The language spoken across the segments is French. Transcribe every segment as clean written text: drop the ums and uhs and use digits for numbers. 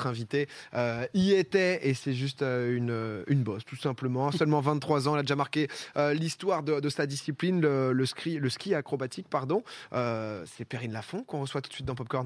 notre invité y était et c'est juste une bosse, tout simplement. Seulement 23 ans, elle a déjà marqué l'histoire de sa discipline, le ski acrobatique, pardon. C'est Perrine Lafont qu'on reçoit tout de suite dans Popcorn.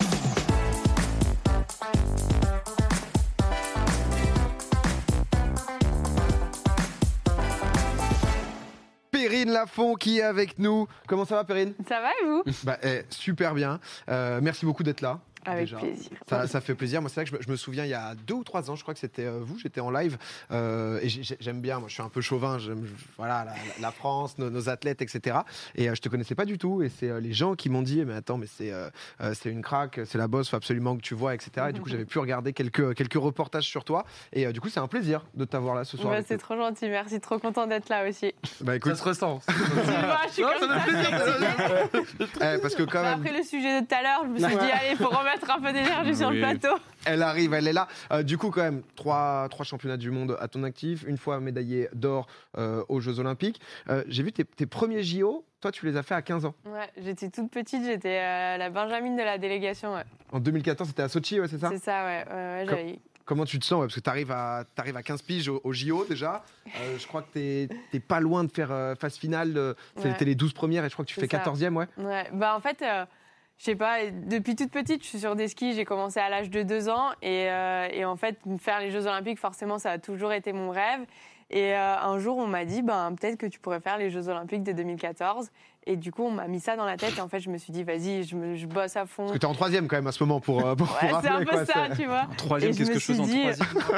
Perrine Lafont qui est avec nous. Comment ça va, Perrine ? Ça va et vous ? Super bien. Merci beaucoup d'être là. Avec déjà. plaisir. Ça fait plaisir. Moi, c'est vrai que je me souviens, il y a 2 ou 3 ans, je crois que c'était vous, j'étais en live. Et j'aime bien, moi, je suis un peu chauvin, voilà, la France, nos athlètes, etc. Et je te connaissais pas du tout. Et c'est les gens qui m'ont dit, mais attends, mais c'est une craque, c'est la bosse, faut absolument que tu vois, etc. Et du coup, j'avais pu regarder quelques reportages sur toi. Et du coup, c'est un plaisir de t'avoir là ce soir. C'est trop gentil, merci, trop content d'être là aussi. Écoute, ça se ressent. Je suis comme ça. Parce que quand même. Après le sujet de tout à l'heure, je me suis dit, allez, il faut remettre un peu d'énergie sur le plateau. Elle arrive, elle est là. Du coup, quand même, 3 championnats du monde à ton actif, une fois médaillée d'or aux Jeux Olympiques. J'ai vu tes premiers JO, toi, tu les as fait à 15 ans. Ouais, j'étais toute petite, j'étais la Benjamine de la délégation. Ouais. En 2014, c'était à Sochi, ouais, c'est ça ? C'est ça, ouais. Comment tu te sens ? Parce que tu arrives à 15 piges au JO déjà. Je crois que t'es pas loin de faire phase finale. C'était les 12 premières et je crois que tu fais 14e, ouais. Ouais, en fait. Je sais pas, depuis toute petite, je suis sur des skis, j'ai commencé à l'âge de 2 ans et en fait, faire les Jeux Olympiques, forcément, ça a toujours été mon rêve. Et un jour, on m'a dit, peut-être que tu pourrais faire les Jeux Olympiques de 2014. Et du coup, on m'a mis ça dans la tête et en fait, je me suis dit, vas-y, je bosse à fond. Parce que t'es en 3e quand même à ce moment pour ouais, c'est un peu ça, tu vois. En 3e, qu'est-ce que je faisais en 3e ?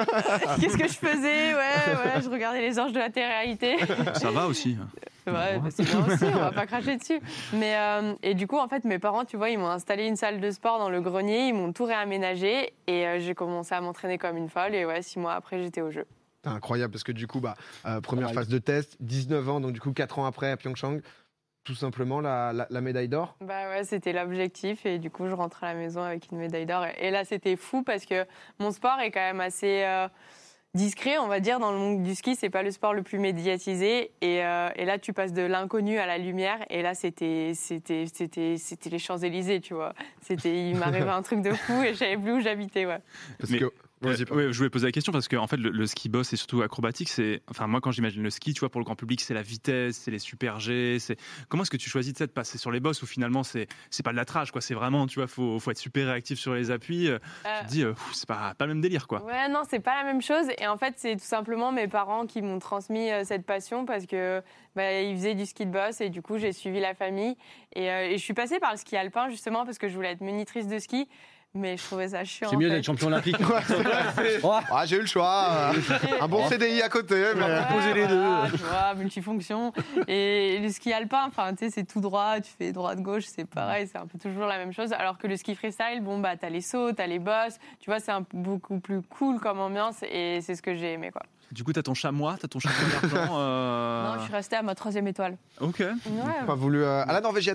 Qu'est-ce que je faisais ? Ouais, je regardais les anges de la télé-réalité. Ça va aussi. Ouais, c'est bien aussi, on va pas cracher dessus. Mais et du coup, en fait, mes parents, tu vois, ils m'ont installé une salle de sport dans le grenier, ils m'ont tout réaménagé et j'ai commencé à m'entraîner comme une folle. Et 6 mois après, j'étais au jeu. C'est incroyable parce que du coup, première phase de test, 19 ans, donc du coup 4 ans après à Pyeongchang, tout simplement la médaille d'or. Ouais, c'était l'objectif et du coup, je rentre à la maison avec une médaille d'or. Et là, c'était fou parce que mon sport est quand même assez discret, on va dire, dans le monde du ski. C'est pas le sport le plus médiatisé. Et là, tu passes de l'inconnu à la lumière. Et là, c'était les Champs-Élysées, tu vois. Il m'arrivait un truc de fou et je savais plus où j'habitais, ouais. Parce que... je voulais poser la question parce que en fait le ski boss et surtout acrobatique, moi quand j'imagine le ski, tu vois, pour le grand public, c'est la vitesse, c'est les super G, comment est-ce que tu choisis de passer sur les bosses où finalement c'est pas de la trash, quoi, c'est vraiment, tu vois, faut être super réactif sur les appuis. Tu te dis c'est pas le même délire, quoi. Ouais, non, c'est pas la même chose et en fait c'est tout simplement mes parents qui m'ont transmis cette passion parce que ils faisaient du ski de boss et du coup j'ai suivi la famille et je suis passée par le ski alpin justement parce que je voulais être monitrice de ski. Mais je trouvais ça chiant. C'est mieux d'être champion olympique. J'ai eu le choix. Un bon CDI à côté. Mais... proposer les deux. Tu vois, multifonction. Et le ski alpin, c'est tout droit, tu fais droite-gauche, c'est pareil, c'est un peu toujours la même chose. Alors que le ski freestyle, t'as les sauts, t'as les bosses, tu vois, c'est beaucoup plus cool comme ambiance et c'est ce que j'ai aimé, quoi. Du coup, t'as ton chamois, t'as ton champion d'argent. Non, je suis restée à ma 3e étoile. Ok. Ouais. Pas voulu à la norvégienne.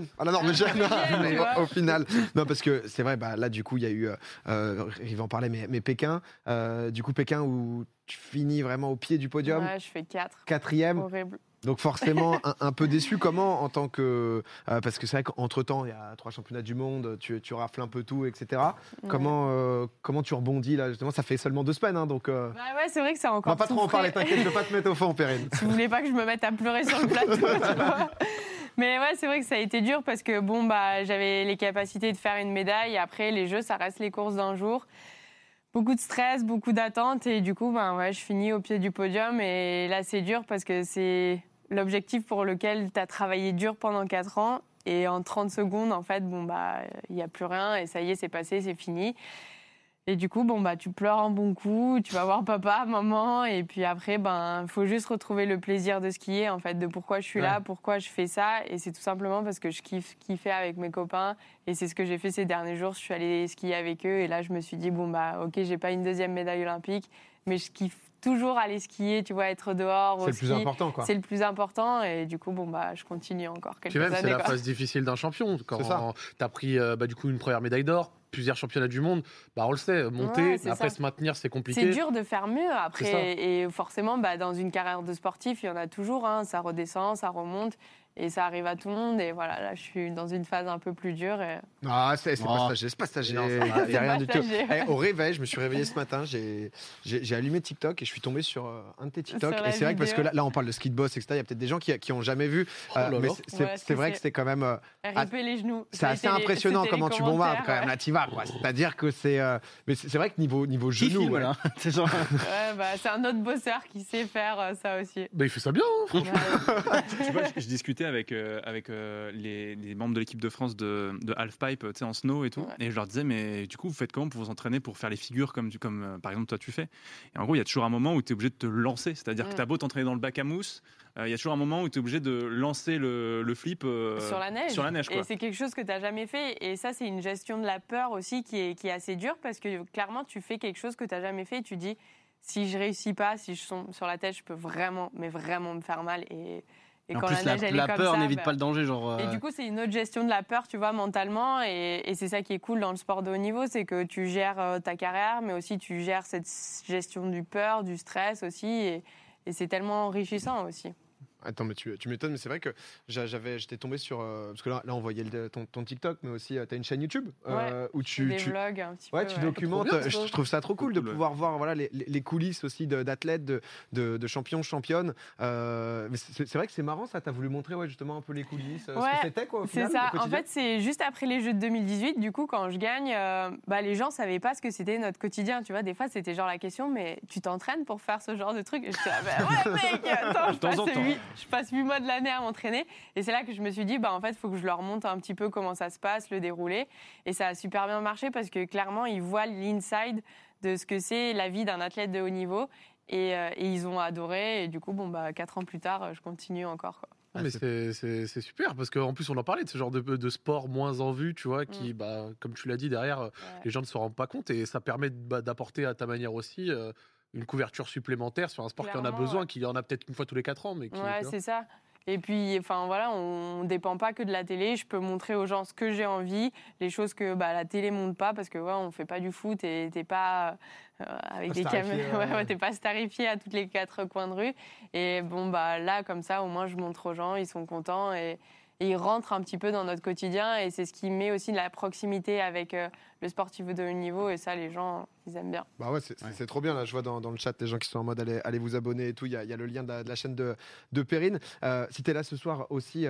Mais au final. Non, parce que c'est vrai, là, du coup, il y a eu, il va en parler, mais Pékin, du coup, Pékin où tu finis vraiment au pied du podium. Ouais, je fais 4. 4e. Horrible. Donc forcément un peu déçu. Comment en tant que parce que c'est vrai qu'entre-temps il y a 3 championnats du monde, tu rafles un peu tout, etc. Ouais. Comment tu rebondis là justement, ça fait seulement 2 semaines, donc. Ouais, c'est vrai que c'est encore. On va pas trop en parler, t'inquiète, je vais pas te mettre au fond, Perrine. Si vous voulez pas que je me mette à pleurer sur le plateau, tu vois. Mais ouais, c'est vrai que ça a été dur parce que j'avais les capacités de faire une médaille. Et après les Jeux, ça reste les courses d'un jour. Beaucoup de stress, beaucoup d'attentes et du coup, je finis au pied du podium et là, c'est dur parce que c'est l'objectif pour lequel tu as travaillé dur pendant 4 ans et en 30 secondes, en fait, il n'y a plus rien et ça y est, c'est passé, c'est fini. Et du coup, tu pleures un bon coup, tu vas voir papa, maman, et puis après, faut juste retrouver le plaisir de skier, en fait, de pourquoi je suis là, pourquoi je fais ça, et c'est tout simplement parce que je kiffais avec mes copains, et c'est ce que j'ai fait ces derniers jours, je suis allée skier avec eux, et là, je me suis dit, ok, j'ai pas une 2e médaille olympique, mais je kiffe toujours aller skier, tu vois, être dehors. C'est le plus important, quoi. C'est le plus important, et du coup, je continue encore quelques années. C'est la phase difficile d'un champion, quand t'as pris, du coup, une première médaille d'or, plusieurs championnats du monde, on le sait, monter, Ouais, c'est après ça. se maintenir, c'est compliqué. C'est dur de faire mieux C'est ça. après. Et forcément, dans une carrière de sportif, il y en a toujours. Ça redescend, ça remonte. Et ça arrive à tout le monde. Et voilà, là, je suis dans une phase un peu plus dure. Et... Ah, c'est pas stagiaire. Non, ça Il va. n'y a rien C'est du pas tout. stagiaire. Au réveil, je me suis réveillé ce matin, j'ai allumé TikTok et je suis tombé sur un de tes TikTok. Sur la Et c'est vrai que parce que vidéo. là, on parle de ski de boss, etc. Il y a peut-être des gens qui ont jamais vu. là Mais là. c'est vrai que c'est quand même. RIP les genoux. C'est assez impressionnant comment tu bombardes quand même. Là, tu vas. Quoi. C'est-à-dire que c'est. Mais c'est vrai que niveau Qui genou. filme, ouais. là C'est genre... C'est un autre bosseur qui sait faire ça aussi. Il fait ça bien, hein. Tu vois, je discutais avec les membres de l'équipe de France de halfpipe, tu sais, en snow et tout, Ouais. et je leur disais, mais du coup, vous faites comment pour vous entraîner pour faire les figures comme par exemple toi tu fais? Et en gros, il y a toujours un moment où tu es obligé de te lancer, c'est-à-dire que tu as beau t'entraîner dans le bac à mousse, il y a toujours un moment où tu es obligé de lancer le flip Sur la neige. Sur la neige, quoi. Et c'est quelque chose que tu n'as jamais fait. Et ça, c'est une gestion de la peur aussi qui est assez dure parce que clairement, tu fais quelque chose que tu n'as jamais fait et tu dis, si je réussis pas, si je tombe sur la tête, je peux vraiment, mais vraiment me faire mal. Et En quand plus, la neige, elle est la comme peur ça, n'évite pas le danger. Genre, Et du coup, c'est une autre gestion de la peur, tu vois, mentalement. Et c'est ça qui est cool dans le sport de haut niveau, c'est que tu gères ta carrière, mais aussi tu gères cette gestion du peur, du stress aussi. Et c'est tellement enrichissant aussi. Attends, mais tu m'étonnes, mais c'est vrai que j'étais tombé sur. Parce que là on voyait ton TikTok, mais aussi tu as une chaîne YouTube où Des vlogs un petit peu. tu documentes. Trop bien, Je trouve ça trop cool de cool, pouvoir voir les coulisses aussi d'athlètes, de champions, championnes. Mais c'est vrai que c'est marrant, ça. Tu as voulu montrer justement un peu les coulisses, ce que c'était, quoi, au final, C'est ça. le En quotidien. fait, c'est juste après les Jeux de 2018. Du coup, quand je gagne, les gens savaient pas ce que c'était notre quotidien. Tu vois, des fois, c'était genre la question, mais tu t'entraînes pour faire ce genre de truc? Et je disais, ouais, mec, attends, je passe 8 mois de l'année à m'entraîner. Et c'est là que je me suis dit, en fait, il faut que je leur montre un petit peu comment ça se passe, le déroulé. Et ça a super bien marché parce que clairement, ils voient l'inside de ce que c'est la vie d'un athlète de haut niveau. Et ils ont adoré. Et du coup, 4 ans plus tard, je continue encore, quoi. Mais c'est super parce qu'en plus on en parlait de ce genre de sport moins en vue, tu vois, qui, comme tu l'as dit derrière, les gens ne se rendent pas compte et ça permet d'apporter à ta manière aussi une couverture supplémentaire sur un sport qui en a Clairement, besoin, qui en a peut-être une fois tous les 4 ans, mais qui, Ouais, tu vois. c'est ça. Et puis, on dépend pas que de la télé. Je peux montrer aux gens ce que j'ai envie, les choses que la télé montre pas, parce que on fait pas du foot et t'es pas avec des caméras, t'es pas starifié à toutes les 4 coins de rue. Et là, comme ça, au moins, je montre aux gens, ils sont contents et ils rentrent un petit peu dans notre quotidien. Et c'est ce qui met aussi de la proximité avec le sportif de haut niveau. Et ça, les gens, ils aiment bien. Bah ouais, c'est trop bien. Là, je vois dans le chat les gens qui sont en mode allez vous abonner et tout. Il y a le lien de la chaîne de Perrine. Si tu es là ce soir aussi,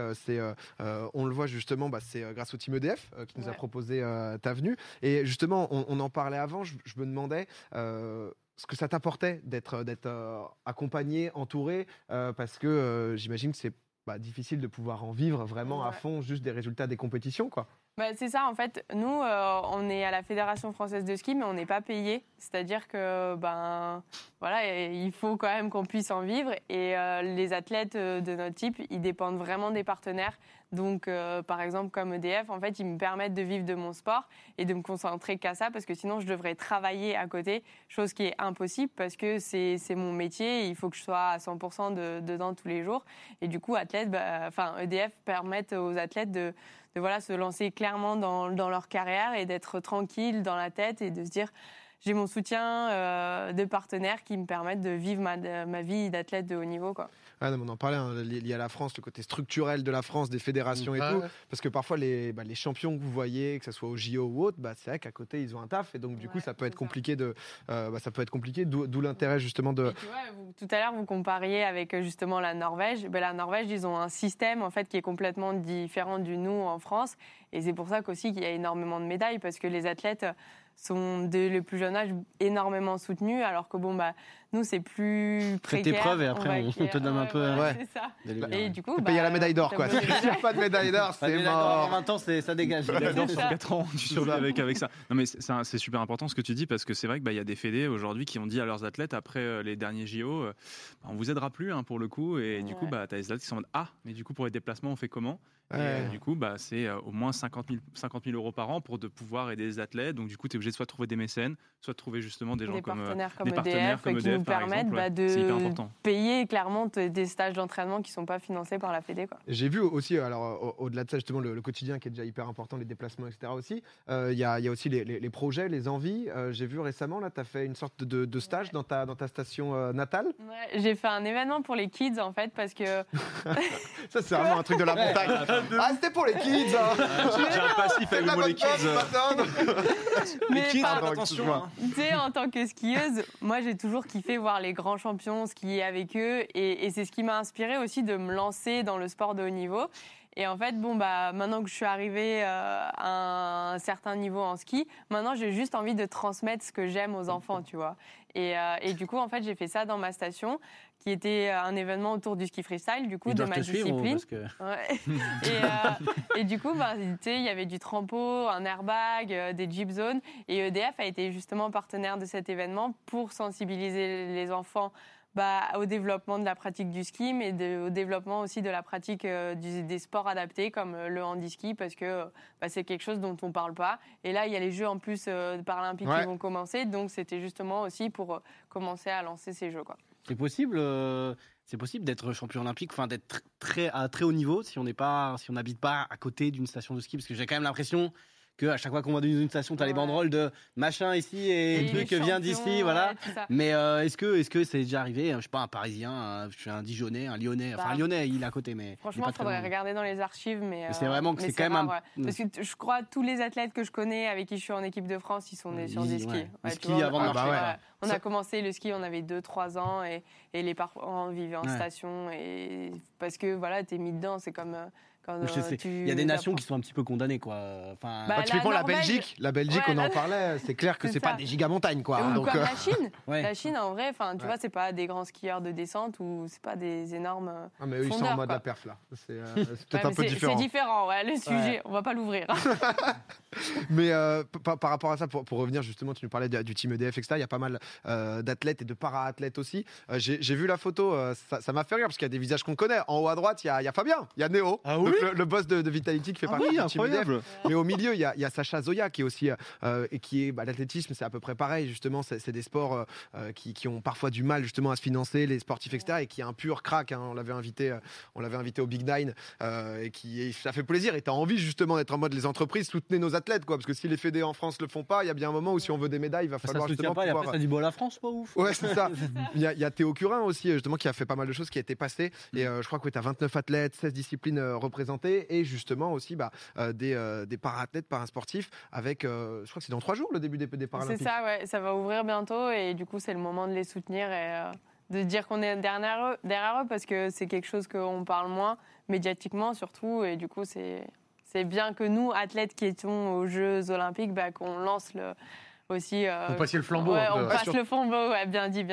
on le voit justement, c'est grâce au team EDF qui nous a proposé ta venue. Et justement, on en parlait avant. Je me demandais ce que ça t'apportait d'être accompagné, entouré, parce que j'imagine que c'est difficile de pouvoir en vivre vraiment à fond, juste des résultats des compétitions, quoi. C'est ça, en fait, nous, on est à la Fédération française de ski, mais on n'est pas payé. C'est-à-dire que, il faut quand même qu'on puisse en vivre. Et les athlètes de notre type, ils dépendent vraiment des partenaires. Donc, par exemple, comme EDF, en fait, ils me permettent de vivre de mon sport et de me concentrer qu'à ça, parce que sinon, je devrais travailler à côté, chose qui est impossible, parce que c'est mon métier, et il faut que je sois à 100% dedans tous les jours. Et du coup, EDF permettent aux athlètes de se lancer clairement dans leur carrière et d'être tranquille dans la tête et de se dire j'ai mon soutien de partenaires qui me permettent de vivre ma vie d'athlète de haut niveau, quoi. Ah non, on en parlait, lié à la France, le côté structurel de la France, des fédérations et tout. Ouais. Parce que parfois, les champions que vous voyez, que ce soit au JO ou autre, c'est vrai qu'à côté, ils ont un taf. Et donc, du coup, ça peut être compliqué d'où l'intérêt, justement, de... Et tu vois, tout à l'heure, vous compariez avec justement la Norvège. La Norvège, ils ont un système, en fait, qui est complètement différent du nous en France. Et c'est pour ça qu'aussi qu'il y a énormément de médailles, parce que les athlètes sont, dès le plus jeune âge, énormément soutenus, alors que nous, c'est plus Fais précaire. tes preuves et après, on te donne un peu... C'est ça. Des Et du coup, T'es payé à la médaille d'or, quoi. S'il n'y a pas de médaille d'or, c'est En mort. 20 ans, ça dégage. Dans 4 ans, tu survis avec ça. Non, mais c'est super important ce que tu dis, parce que c'est vrai qu'il y a des fédés aujourd'hui qui ont dit à leurs athlètes après les derniers JO, on vous aidera plus pour le coup. Et du coup, t'as les athlètes qui sont en mode mais du coup, pour les déplacements, on fait comment? Et du coup, c'est au moins 50 000 euros par an pour de pouvoir aider les athlètes. Donc, du coup, tu es obligé de soit trouver des mécènes, soit de trouver justement des gens des comme partenaires comme des partenaires EDF qui nous par permettent exemple, c'est hyper de important. payer clairement des stages d'entraînement qui ne sont pas financés par la Fédé, quoi. J'ai vu aussi, alors au-delà de ça, justement, le quotidien qui est déjà hyper important, les déplacements, etc. aussi. Il y a aussi les projets, les envies. J'ai vu récemment, là, tu as fait une sorte de stage dans ta station natale. Ouais, j'ai fait un événement pour les kids, en fait, parce que... Ça, c'est vraiment un truc de la montagne. Ah, c'était pour les kids hein. J'ai un passif avec le mot les kids. Mais Les kids, pardon, attention. Hein. tu sais, en tant que skieuse, moi, j'ai toujours kiffé voir les grands champions skier avec eux. Et c'est ce qui m'a inspirée aussi de me lancer dans le sport de haut niveau. Et en fait, maintenant que je suis arrivée à un certain niveau en ski, maintenant, j'ai juste envie de transmettre ce que j'aime aux enfants, tu vois. Et du coup, en fait, j'ai fait ça dans ma station, qui était un événement autour du ski freestyle, du coup, de ma discipline. Ouais. Et du coup, tu sais, il y avait du trampo, un airbag, des jeep zones. Et EDF a été justement partenaire de cet événement pour sensibiliser les enfants au développement de la pratique du ski, mais au développement aussi de la pratique des sports adaptés comme le handiski, parce que c'est quelque chose dont on ne parle pas. Et là, il y a les Jeux en plus paralympiques qui vont commencer, donc c'était justement aussi pour commencer à lancer ces Jeux, quoi. C'est possible d'être champion olympique, enfin d'être à très haut niveau si on n'habite pas à côté d'une station de ski, parce que j'ai quand même l'impression qu'à chaque fois qu'on va dans une station, tu as les banderoles de machin ici et truc vient d'ici, voilà. Mais est-ce que c'est déjà arrivé, je sais pas, un Parisien, un Dijonais, un Lyonnais, enfin un Lyonnais, il est à côté, mais franchement, il faudrait regarder dans les archives, mais c'est vraiment que c'est quand même rare, parce que je crois tous les athlètes que je connais, avec qui je suis en équipe de France, ils sont nés sur des skis. Le ski avant de marcher. On a commencé le ski, on avait 2-3 ans et les parents vivaient en station, et parce que voilà, t'es mis dedans, c'est comme il y a des nations qui sont un petit peu condamnées, quoi. Enfin, typiquement la Belgique, on en parlait, c'est clair que c'est pas des gigamontagnes, quoi. Ou comme la Chine. La Chine, en vrai, tu vois, c'est pas des grands skieurs de descente ou c'est pas des énormes mais eux, ils sont en mode la perf, là. C'est peut-être un peu différent. C'est différent, le sujet, on va pas l'ouvrir. Mais par rapport à ça, pour revenir justement, tu nous parlais du team EDF, etc. Il y a pas mal d'athlètes et de para-athlètes aussi. J'ai vu la photo, ça m'a fait rire parce qu'il y a des visages qu'on connaît. En haut à droite, il y a Fabien, il y a Néo. Ah oui, le boss de Vitality qui fait partie du team EDF. Mais au milieu, il y a Sacha Zoya qui est aussi et qui est l'athlétisme, c'est à peu près pareil justement. C'est des sports qui ont parfois du mal justement à se financer, les sportifs, etc. Et qui est un pur crack. Hein. On l'avait invité au Big Nine et ça fait plaisir. Et t'as envie justement d'être en mode les entreprises soutenez nos athlètes, quoi, parce que si les fédés en France le font pas, il y a bien un moment où si on veut des médailles, il va falloir justement pouvoir. Et après, ça dit bon, la France, pas ouf. Ouais, c'est ça. Il y a Théo Curin aussi justement qui a fait pas mal de choses, qui a été passé. Et je crois que tu as 29 athlètes, 16 disciplines représentées. Et justement aussi des para-athlètes, para-sportifs avec, je crois que c'est dans 3 jours le début des Paralympiques. C'est ça, ouais, ça va ouvrir bientôt et du coup c'est le moment de les soutenir et de dire qu'on est derrière eux parce que c'est quelque chose qu'on parle moins médiatiquement surtout et du coup c'est bien que nous, athlètes qui étions aux Jeux Olympiques, qu'on lance aussi. Vous passiez le flambeau. On passe le flambeau, bien dit.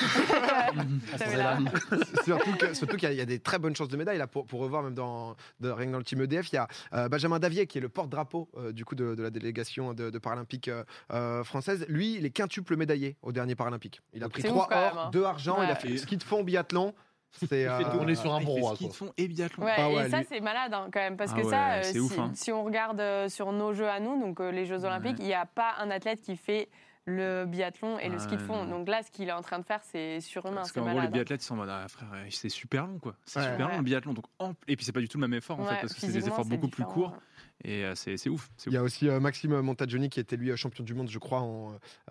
Surtout qu'il y a des très bonnes chances de médailles là pour revoir même rien que dans le team EDF. Il y a Benjamin Davier qui est le porte-drapeau du coup de la délégation de Paralympique française. Lui, il est quintuple médaillé au dernier Paralympique. Il a pris 3 or, 2 argent. Il a fait ski de fond, biathlon. On est sur un bon roi. Ski de fond et biathlon. Et ça, c'est malade quand même. Parce que si on regarde sur nos Jeux à nous, donc les Jeux Olympiques, il n'y a pas un athlète qui fait le biathlon et le ski de fond. Donc là, ce qu'il est en train de faire, c'est surhumain. Parce qu'en gros, les biathlètes, ils sont en mode frère, c'est super long, quoi. C'est super long le biathlon. Donc, et puis, c'est pas du tout le même effort, en fait, parce que c'est des efforts beaucoup plus courts. Et c'est ouf. Il y a aussi Maxime Montagioni qui était lui champion du monde, je crois, en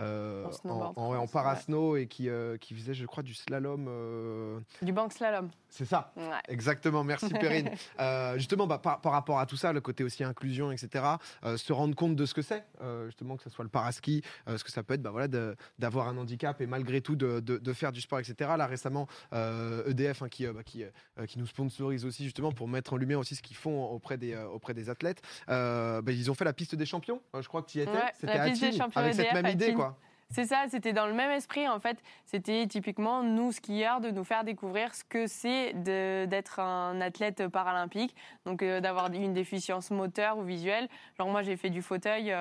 parasno et qui faisait, je crois, du slalom. Du bank slalom. C'est ça. Ouais. Exactement. Merci Perrine. Justement, par rapport à tout ça, le côté aussi inclusion, etc. Se rendre compte de ce que c'est, justement, que ce soit le paraski, ce que ça peut être, d'avoir un handicap et malgré tout de faire du sport, etc. Là récemment, EDF qui nous sponsorise aussi justement pour mettre en lumière aussi ce qu'ils font auprès des athlètes. Ils ont fait la piste des champions. Je crois que tu y étais. C'était à Tignes, avec cette même idée, quoi. C'est ça, c'était dans le même esprit en fait. C'était typiquement nous skieurs de nous faire découvrir ce que c'est d'être un athlète paralympique, donc d'avoir une déficience moteur ou visuelle. Genre moi j'ai fait du fauteuil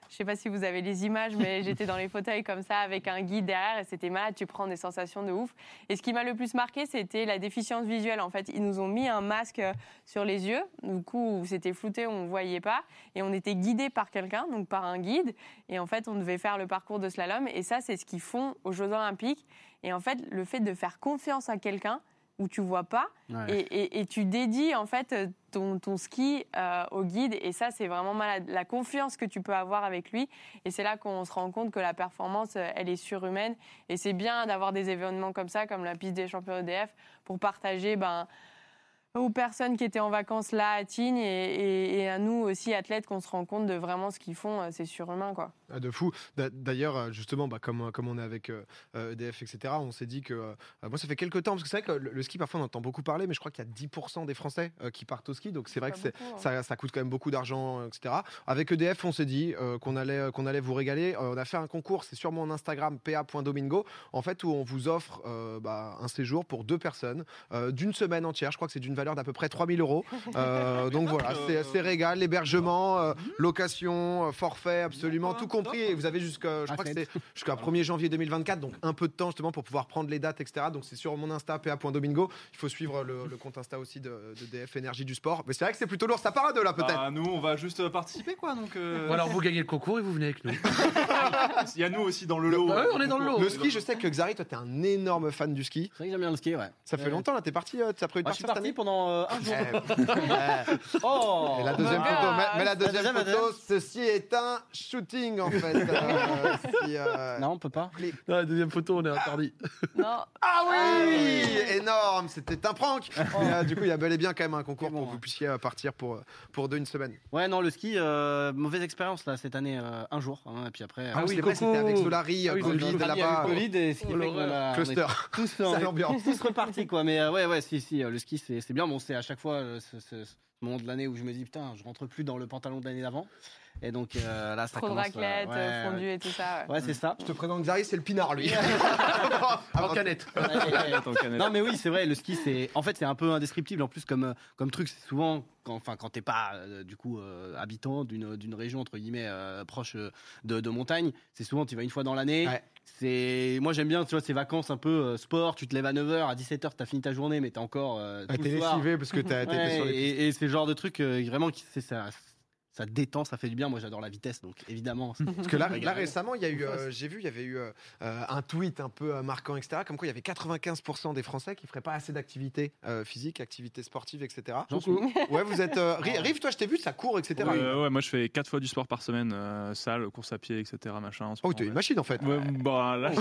Je sais pas si vous avez les images, mais j'étais dans les fauteuils comme ça avec un guide derrière et c'était malade. Tu prends des sensations de ouf. Et ce qui m'a le plus marqué, c'était la déficience visuelle. En fait, ils nous ont mis un masque sur les yeux. Du coup, c'était flouté, on ne voyait pas. Et on était guidé par quelqu'un, donc par un guide. Et en fait, on devait faire le parcours de slalom. Et ça, c'est ce qu'ils font aux Jeux Olympiques. Et en fait, le fait de faire confiance à quelqu'un où tu vois pas et tu dédies en fait ton ski au guide et ça c'est vraiment malade, la confiance que tu peux avoir avec lui et c'est là qu'on se rend compte que la performance elle est surhumaine et c'est bien d'avoir des événements comme ça comme la piste des champions EDF pour partager aux personnes qui étaient en vacances là à Tignes et à nous aussi athlètes qu'on se rend compte de vraiment ce qu'ils font, c'est surhumain quoi. Ah, de fou. D'ailleurs, justement, comme on est avec EDF, etc., on s'est dit que moi, ça fait quelques temps, parce que c'est vrai que le ski, parfois, on entend beaucoup parler, mais je crois qu'il y a 10% des Français qui partent au ski, donc c'est vrai que ça coûte quand même beaucoup d'argent, etc. Avec EDF, on s'est dit qu'on allait vous régaler. On a fait un concours, c'est sur mon Instagram, pa.domingo, en fait, où on vous offre un séjour pour 2 personnes d'une semaine entière. Je crois que c'est d'une valeur d'à peu près 3 000 euros. Donc voilà, c'est régal, l'hébergement, location, forfait, absolument, tout compris. Et vous avez jusqu'à 1er janvier 2024, donc un peu de temps justement pour pouvoir prendre les dates, etc. Donc c'est sur mon Insta, pa.domingo. Il faut suivre le compte Insta aussi de DF Énergie du Sport. Mais c'est vrai que c'est plutôt lourd, ça part à 2 là peut-être. Nous, on va juste participer quoi. Donc, Ou alors vous gagnez le concours et vous venez avec nous. Il y a nous aussi dans le lot. Ouais, on est dans le lot. Le ski, je sais que Xari, toi t'es un énorme fan du ski. C'est vrai que j'aime bien le ski, ouais. Ça fait longtemps là, t'es parti, t'as prévu de Je suis partir cette parti année pendant un jour. Oh. Et la deuxième photo, mais la deuxième deuxième, photo, ceci est un shooting en fait. Non, on peut pas. Non, la deuxième photo, on est interdit. Non. Ah oui, énorme, c'était un prank. Mais, du coup, il y a bel et bien quand même un concours pour que vous puissiez partir pour 2 une semaine. Ouais, non, le ski, mauvaise expérience là cette année, un jour. Et puis après, Ah oui, c'est vrai, c'était avec Solari, Covid là-bas. Covid et ce qui fait qu'on a- Cluster. tous C'est l'ambiance. tous repartis quoi. Mais si, le ski c'est bien. Bon, c'est à chaque fois ce moment de l'année où je me dis putain, je rentre plus dans le pantalon de l'année d'avant. Et donc là, ça Trop de commence. raclette, fondu et tout ça. Ouais, c'est ça. Je te présente Xari, c'est le pinard lui. En canette. Non mais oui, c'est vrai, le ski c'est un peu indescriptible en plus comme truc, c'est souvent quand t'es pas du coup habitant d'une région entre guillemets proche de montagne, c'est souvent tu vas une fois dans l'année. Ouais. Moi j'aime bien, tu vois, ces vacances un peu sport, tu te lèves à 9h, à 17h t'as fini ta journée mais t'es encore tout t'es le soir. lessivé parce que t'as été sur les pistes. Et c'est le genre de truc vraiment qui c'est ça détend, ça fait du bien. Moi, j'adore la vitesse, donc évidemment. Parce que là récemment, il y a eu, j'ai vu, il y avait eu un tweet un peu marquant, etc. Comme quoi, il y avait 95% des Français qui feraient pas assez d'activité physique, activité sportive, etc. Ouais, vous êtes. Rive, toi, je t'ai vu, ça court, etc. Ouais, moi je fais 4 fois du sport par semaine, salle, course à pied, etc. Machin. Oh, t'es une machine en fait. Ouais, bah là.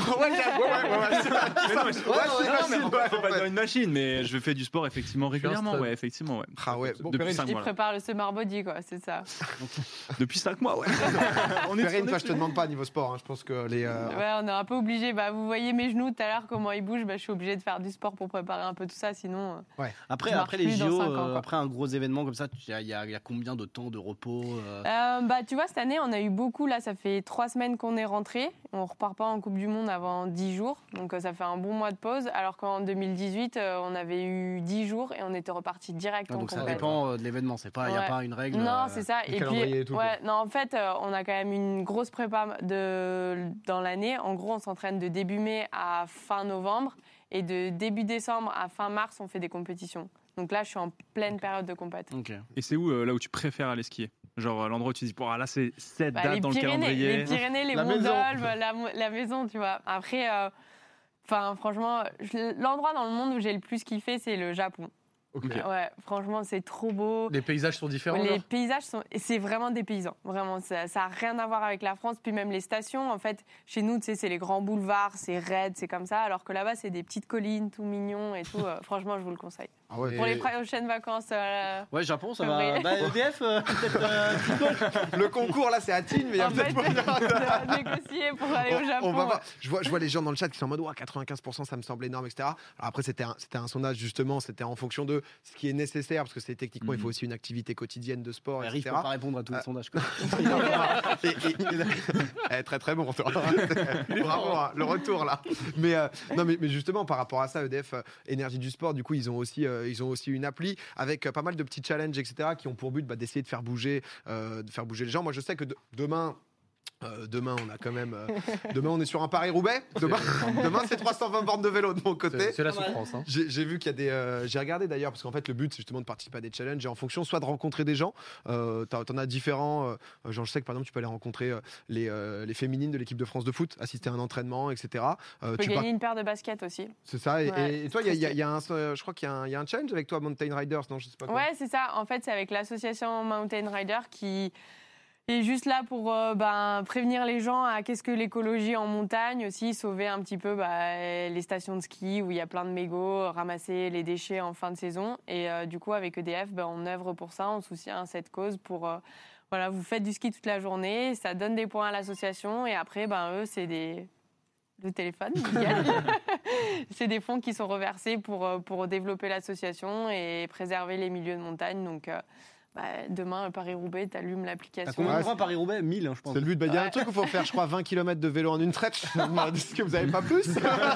Faut pas dire une machine, mais je fais du sport effectivement régulièrement. Ouais, effectivement. Ouais. Ah ouais. Bon, Depuis 5 Il mois. prépare le summer body, quoi, c'est ça. Depuis 5 mois, ouais. Perrine, toi, je te demande pas niveau sport. Je pense que les. Ouais, on est un peu obligé. Vous voyez mes genoux tout à l'heure, comment ils bougent. Je suis obligée de faire du sport pour préparer un peu tout ça, sinon. Après les JO, après un gros événement comme ça, il y a combien de temps de repos Tu vois, cette année, on a eu beaucoup. Là, ça fait 3 semaines qu'on est rentré. On repart pas en Coupe du Monde avant 10 jours. Donc, ça fait un bon mois de pause. Alors qu'en 2018, on avait eu 10 jours et on était reparti direct en donc ça compète. dépend de l'événement. C'est pas, il y a pas une règle. Non, c'est ça. Et puis, tout, non, en fait, on a quand même une grosse prépa dans l'année. En gros, on s'entraîne de début mai à fin novembre et de début décembre à fin mars, on fait des compétitions. Donc là, je suis en pleine période de compète. Okay. Et c'est où là où tu préfères aller skier? Genre l'endroit où tu dis là c'est cette date dans le calendrier. Les Pyrénées, les Mongols, la maison, tu vois. Après, franchement, l'endroit dans le monde où j'ai le plus kiffé, c'est le Japon. Okay. Ouais, franchement, c'est trop beau. Les paysages sont différents. Les paysages c'est vraiment des paysans. Vraiment, ça a rien à voir avec la France. Puis même les stations, en fait, chez nous, tu sais, c'est les grands boulevards, c'est raide, c'est comme ça. Alors que là-bas, c'est des petites collines, tout mignon et tout. Franchement, je vous le conseille. Ah ouais, pour les prochaines vacances. Ouais, Japon, ça va. EDF, peut-être. Le concours là, c'est à Tignes, mais il y a peut-être de négocier pour aller au Japon. On va voir. Je vois les gens dans le chat qui sont en mode 95%, ça me semble énorme, etc. Alors après, c'était un sondage justement, c'était en fonction de ce qui est nécessaire, parce que c'est techniquement, il faut aussi une activité quotidienne de sport, etc. Il ne faut pas répondre à tous les sondages. Très très bon, toi. Bravo, hein, le retour là. Mais justement, par rapport à ça, EDF Énergie du Sport, du coup, ils ont aussi une appli avec pas mal de petits challenges, etc., qui ont pour but d'essayer de faire bouger les gens. Moi, je sais que demain, Demain, on a quand même. Demain, on est sur un Paris-Roubaix. Demain, c'est 320 bornes de vélo de mon côté. C'est la souffrance. Hein. J'ai vu qu'il y a des. J'ai regardé d'ailleurs, parce qu'en fait, le but, c'est justement de participer à des challenges et en fonction soit de rencontrer des gens. T'en as différents. Genre, je sais que par exemple, tu peux aller rencontrer les féminines de l'équipe de France de foot, assister à un entraînement, etc. Tu peux gagner une paire de baskets aussi. C'est ça. Ouais, et toi, je crois qu'il y a un challenge avec toi, Mountain Riders, non? Je sais pas quoi. Ouais, c'est ça. En fait, c'est avec l'association Mountain Rider qui est juste là pour prévenir les gens à qu'est-ce que l'écologie en montagne, aussi sauver un petit peu les stations de ski où il y a plein de mégots, ramasser les déchets en fin de saison. Et du coup, avec EDF, on œuvre pour ça, on soutient cette cause pour... voilà, vous faites du ski toute la journée, ça donne des points à l'association et après, eux, c'est le téléphone, nickel. C'est des fonds qui sont reversés pour développer l'association et préserver les milieux de montagne. Donc, demain, Paris-Roubaix, t'allumes l'application. T'as combien de points Paris-Roubaix? 1000, je pense. C'est le but. Il y a un truc où il faut faire, je crois, 20 km de vélo en une traite. Est-ce que vous n'avez pas plus?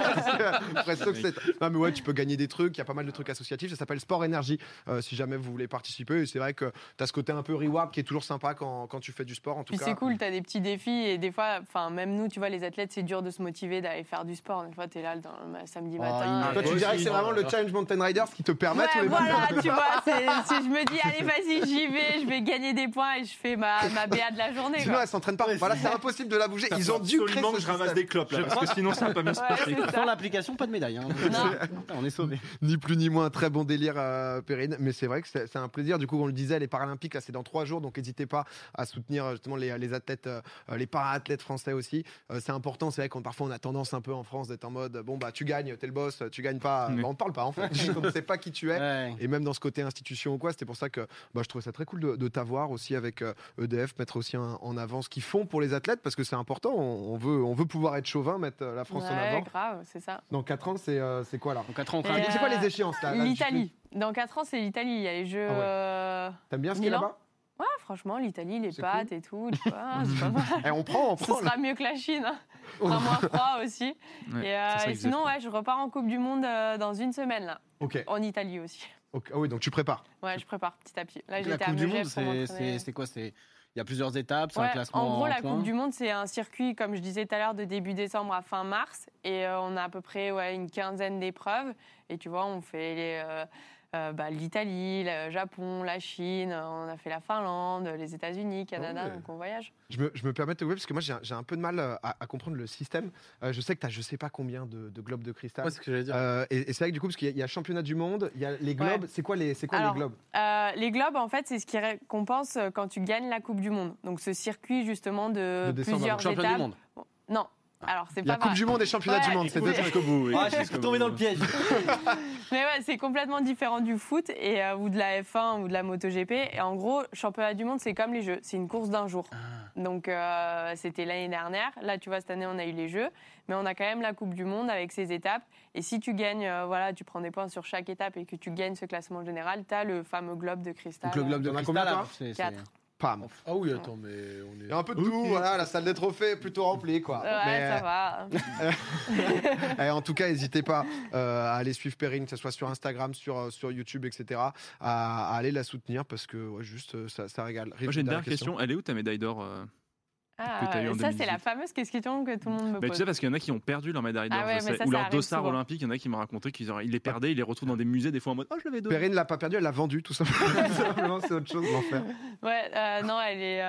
Non, mais ouais, tu peux gagner des trucs. Il y a pas mal de trucs associatifs. Ça s'appelle Sport Énergie, si jamais vous voulez participer. Et c'est vrai que tu as ce côté un peu reward qui est toujours sympa quand tu fais du sport, en tout Puis cas. c'est cool, tu as des petits défis. Et des fois, même nous, tu vois, les athlètes, c'est dur de se motiver d'aller faire du sport. Des fois, tu es là samedi matin. Toi, tu dirais que c'est vraiment le Challenge Mountain Riders qui te permet tous les voilà, tu vois, je me dis, allez, vas-y, j'y vais, je vais gagner des points et je fais ma BA de la journée. Sinon, elle s'entraîne pas. Voilà, c'est impossible de la bouger. Ils ont dû créer que je ramasse des clopes, là, parce que sinon, ça va pas bien se passer. Sans l'application, pas de médaille. Hein. On est sauvés. Ni plus ni moins, un très bon délire, Perrine. Mais c'est vrai que c'est un plaisir. Du coup, on le disait, les Paralympiques, là, c'est dans 3 jours. Donc, n'hésitez pas à soutenir justement les athlètes, les para-athlètes français aussi. C'est important. C'est vrai qu'on parfois on a tendance un peu en France d'être en mode bon, tu gagnes, t'es le boss, tu gagnes pas. On ne parle pas, en fait. On ne sait pas qui tu es. Ouais. Et même dans ce côté institution ou quoi, c'était pour ça que je trouvais ça très cool de t'avoir aussi avec EDF, mettre aussi en avant ce qu'ils font pour les athlètes parce que c'est important. On veut pouvoir être chauvin, mettre la France en avant. Grave, c'est ça. Dans 4 ans, c'est quoi là? En 4 ans, C'est quoi les échéances là? L'Italie. Dans 4 ans, c'est l'Italie. Il y a les Jeux. T'aimes bien ce qu'il y a là-bas? Ouais, franchement, l'Italie, les C'est pâtes cool. et tout, tu vois, c'est pas mal. On prend. Ce sera mieux que la Chine. Hein. Sera moins froid aussi. Ouais, et sinon, je repars en Coupe du Monde dans une semaine, là. Ok. En Italie aussi. Ah oui, donc tu prépares. Ouais, je prépare petit à petit. Là, La j'étais à Coupe du Monde, Megève pour m'entraîner. c'est quoi? Il y a plusieurs étapes, c'est un classement. En gros, la points. Coupe du Monde, c'est un circuit, comme je disais tout à l'heure, de début décembre à fin mars. Et on a à peu près une quinzaine d'épreuves. Et tu vois, on fait l'Italie, le Japon, la Chine, on a fait la Finlande, les États-Unis, Canada, donc on voyage. Je me permets de te couper parce que moi j'ai un peu de mal à comprendre le système. Je sais que tu as je sais pas combien de globes de cristal. Ouais, c'est ce que j'allais dire. Et c'est vrai que du coup, parce qu'il y a championnat du monde, il y a les globes. Ouais. C'est quoi les globes? Les globes, en fait, c'est ce qui récompense quand tu gagnes la Coupe du Monde. Donc ce circuit justement de décembre, plusieurs Champion étapes. du monde. Non. Alors, c'est Il y a pas Coupe du Monde et championnat du monde. Écoute, jusqu'au bout. Ah, je suis tombé dans le piège. Mais ouais, c'est complètement différent du foot ou de la F1 ou de la MotoGP. Et en gros, championnat du monde, c'est comme les Jeux. C'est une course d'un jour. Donc, c'était l'année dernière. Là, tu vois, cette année, on a eu les Jeux. Mais on a quand même la Coupe du Monde avec ses étapes. Et si tu gagnes, tu prends des points sur chaque étape et que tu gagnes ce classement général, tu as le fameux globe de cristal. Donc le globe de T'en as cristal, combien, là, toi? 4. Pam. Ah oui, attends, mais on est. Il y a un peu de tout, voilà, la salle des trophées est plutôt remplie, quoi. Ouais, ça va. En tout cas, n'hésitez pas à aller suivre Perrine, que ce soit sur Instagram, sur YouTube, etc., à aller la soutenir parce que juste ça régale. Moi, j'ai une dernière question. Elle est où ta médaille d'or que t'as eu en Ça, c'est 2018. la fameuse question que tout le monde me Tu pose. sais, parce qu'il y en a qui ont perdu leur médaille d'or, Ah ouais, je mais sais, ça, ou ça leur arrive dossard souvent. olympique. Il y en a qui m'ont raconté qu'ils les perdaient, ils les retrouvent dans des musées, des fois en mode oh, je l'avais donné. Perrine l'a pas perdu, elle l'a vendu, tout simplement. C'est autre chose, l'enfer. Ouais, non, elle est.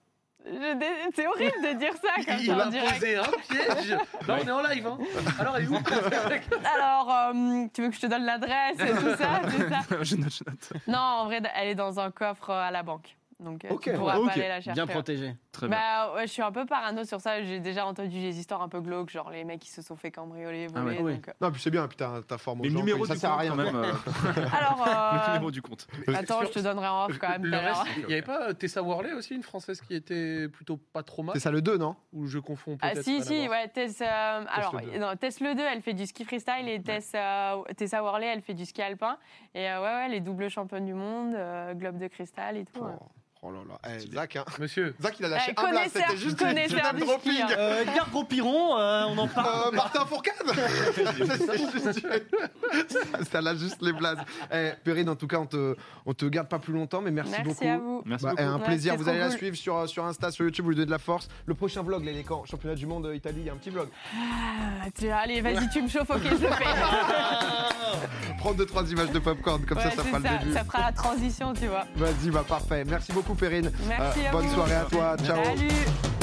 C'est horrible de dire ça comme Il ça en m'a direct. posé un piège. Là, on est en live. Hein. Alors, elle est où? Alors, tu veux que je te donne l'adresse et tout ça, c'est ça? je note. Non, en vrai, elle est dans un coffre à la banque. Donc, Ok, tu pourras ok. pas aller la chercher. Bien protégé. Très bien. Ouais, je suis un peu parano sur ça. J'ai déjà entendu des histoires un peu glauques, genre les mecs qui se sont fait cambrioler, Ah ouais. voler. Oui. donc, Non, puis c'est bien, puis t'as formé Et aux le gens, numéro ça du sert à compte, rien. quand même. Alors, Le numéro du compte. attends, je te donnerai en off quand même. Le tout à l'heure. reste, il n'y avait pas Tessa Worley aussi, une française qui était plutôt pas trop mal? C'est ça le 2, non? Ou je confonds Ah, peut-être? si, ouais, Tess. Alors, le 2. non, Tess le 2, elle fait du ski freestyle et Tessa Worley, elle fait du ski alpin. Et ouais, les doubles championnes du monde, globe de cristal et tout. Ouais. Oh là là. Zach, hein. Monsieur. Zach, il a lâché un blast, c'était juste du connaisseur name du dropping. ski, hein. Edgar Gros-Piron, on en parle. Martin Fourcade. Ça lâche juste les blazes. Perrine, en tout cas, on te garde pas plus longtemps, mais merci beaucoup. Merci à vous. Merci Bah, beaucoup. un plaisir, c'est vous trop allez la cool. suivre sur Insta, sur YouTube, vous lui donnez de la force. Le prochain vlog, là, il est quand? Championnat du monde Italie, il y a un petit vlog. Allez, vas-y, tu me chauffes, ok, je le fais. Prends 2-3 images de popcorn, comme ça Ouais, fera c'est le début. ça fera la transition, tu vois. Vas-y, bah parfait. Merci beaucoup, Perrine. Merci à Bonne vous. soirée à toi. Ciao. Salut.